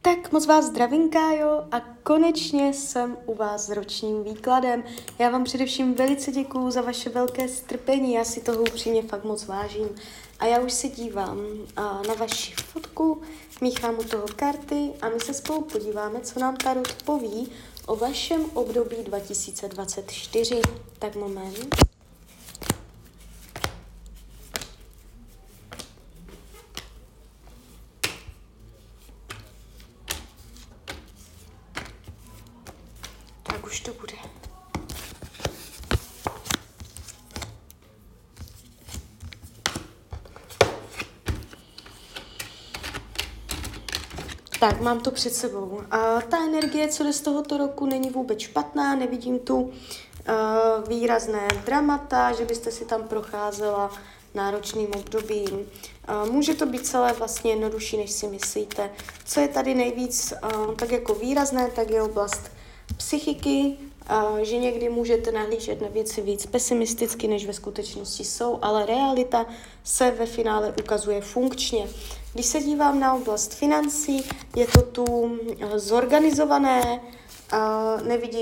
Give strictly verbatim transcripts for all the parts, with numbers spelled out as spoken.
Tak moc vás zdravím, Kájo, a konečně jsem u vás s ročním výkladem. Já vám především velice děkuju za vaše velké strpení, já si toho upřímně fakt moc vážím. A já už se dívám a, na vaši fotku, míchám u toho karty a my se spolu podíváme, co nám tarot poví o vašem období dva tisíce dvacet čtyři. Tak moment. Tak už to bude. Tak, mám to před sebou. A ta energie, co jde z tohoto roku, není vůbec špatná, nevidím tu uh, výrazné dramata, že byste si tam procházela náročným obdobím. Uh, může to být celé vlastně jednodušší, než si myslíte. Co je tady nejvíc uh, tak jako výrazné, tak je oblast psychiky, uh, že někdy můžete nahlížet na věci víc pesimisticky, než ve skutečnosti jsou, ale realita se ve finále ukazuje funkčně. Když se dívám na oblast financí, je to tu uh, zorganizované, uh, nevidím,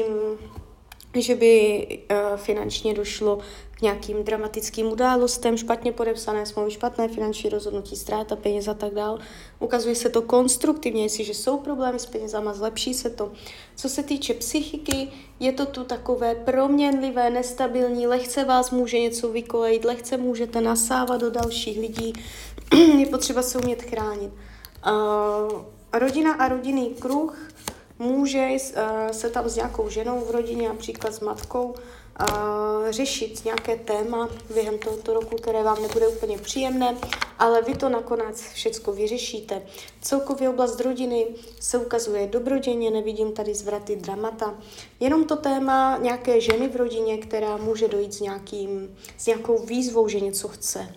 že by uh, finančně došlo k nějakým dramatickým událostem, špatně podepsané smlouvy, špatné finanční rozhodnutí, ztráta peněz a tak dál. Ukazuje se to konstruktivně, jestliže jsou problémy s penězama, zlepší se to. Co se týče psychiky, je to tu takové proměnlivé, nestabilní, lehce vás může něco vykolejit, lehce můžete nasávat do dalších lidí, je potřeba se umět chránit. Uh, rodina a rodinný kruh může uh, se tam s nějakou ženou v rodině, například s matkou, uh, řešit nějaké téma během tohoto roku, které vám nebude úplně příjemné, ale vy to nakonec všecko vyřešíte. Celkově oblast rodiny se ukazuje dobrodějně, nevidím tady zvraty, dramata. Jenom to téma nějaké ženy v rodině, která může dojít s, nějakým, s nějakou výzvou, že něco chce.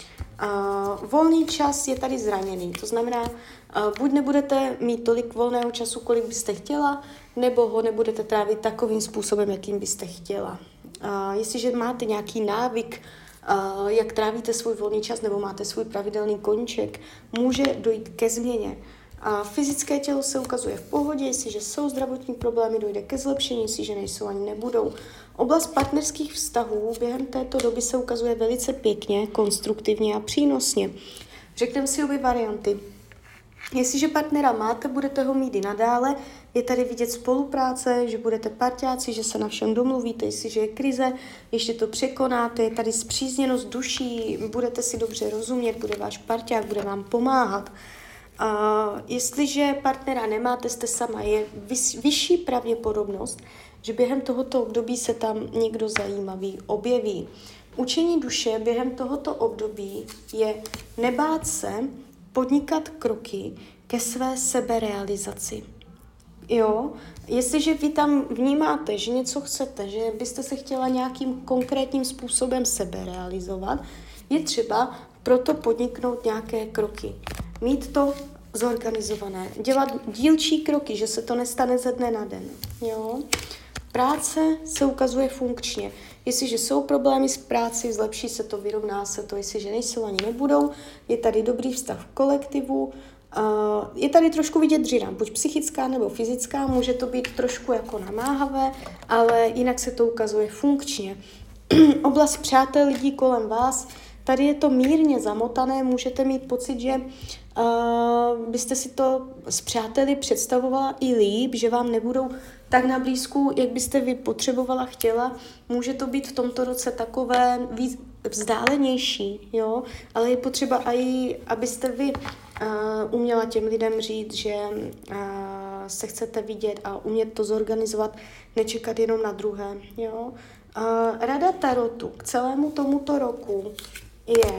Uh, volný čas je tady zraněný, to znamená, uh, buď nebudete mít tolik volného času, kolik byste chtěla, nebo ho nebudete trávit takovým způsobem, jakým byste chtěla. Uh, jestliže máte nějaký návyk, uh, jak trávíte svůj volný čas, nebo máte svůj pravidelný koníček, může dojít ke změně. A fyzické tělo se ukazuje v pohodě, jestliže jsou zdravotní problémy, dojde ke zlepšení, jestliže nejsou, ani nebudou. Oblast partnerských vztahů během této doby se ukazuje velice pěkně, konstruktivně a přínosně. Řekneme si obě varianty. Jestliže partnera máte, budete ho mít i nadále. Je tady vidět spolupráce, že budete parťáci, že se na všem domluvíte, jestliže je krize, ještě to překonáte, je tady spřízněnost duší, budete si dobře rozumět, bude váš parťák, bude vám pomáhat. Uh, jestliže partnera nemáte, jste sama, je vys- vyšší pravděpodobnost, že během tohoto období se tam někdo zajímavý objeví. Učení duše během tohoto období je nebát se podnikat kroky ke své seberealizaci. Jo, jestliže vy tam vnímáte, že něco chcete, že byste se chtěla nějakým konkrétním způsobem seberealizovat, je třeba proto podniknout nějaké kroky. Mít to zorganizované, dělat dílčí kroky, že se to nestane ze dne na den. Jo? Práce se ukazuje funkčně. Jestliže jsou problémy s práci, zlepší se to, vyrovná se to, jestliže nejsou, ani nebudou. Je tady dobrý vztah v kolektivu. Uh, je tady trošku vidět dřina, buď psychická nebo fyzická, může to být trošku jako namáhavé, ale jinak se to ukazuje funkčně. Oblast přátel, lidí kolem vás, tady je to mírně zamotané, můžete mít pocit, že uh, byste si to s přáteli představovala i líp, že vám nebudou tak na blízku, jak byste vy potřebovala, chtěla. Může to být v tomto roce takové víc vzdálenější, jo? Ale je potřeba i, abyste vy uh, uměla těm lidem říct, že uh, se chcete vidět a umět to zorganizovat, nečekat jenom na druhé, jo? Uh, rada tarotu k celému tomuto roku je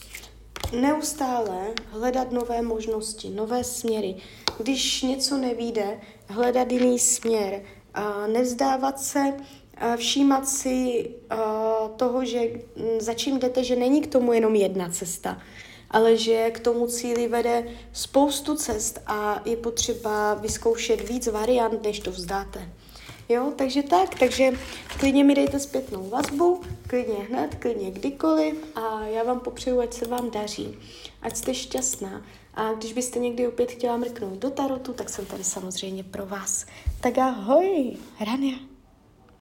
neustále hledat nové možnosti, nové směry. Když něco nevyjde, hledat jiný směr, a nevzdávat se, a všímat si a, toho, že za čím jdete, že není k tomu jenom jedna cesta, ale že k tomu cíli vede spoustu cest a je potřeba vyzkoušet víc variant, než to vzdáte. Jo, takže tak, takže klidně mi dejte zpětnou vazbu, klidně hned, klidně kdykoliv a já vám popřeju, ať se vám daří, ať jste šťastná A když byste někdy opět chtěla mrknout do tarotu, tak jsem tady samozřejmě pro vás. Tak ahoj, Rania.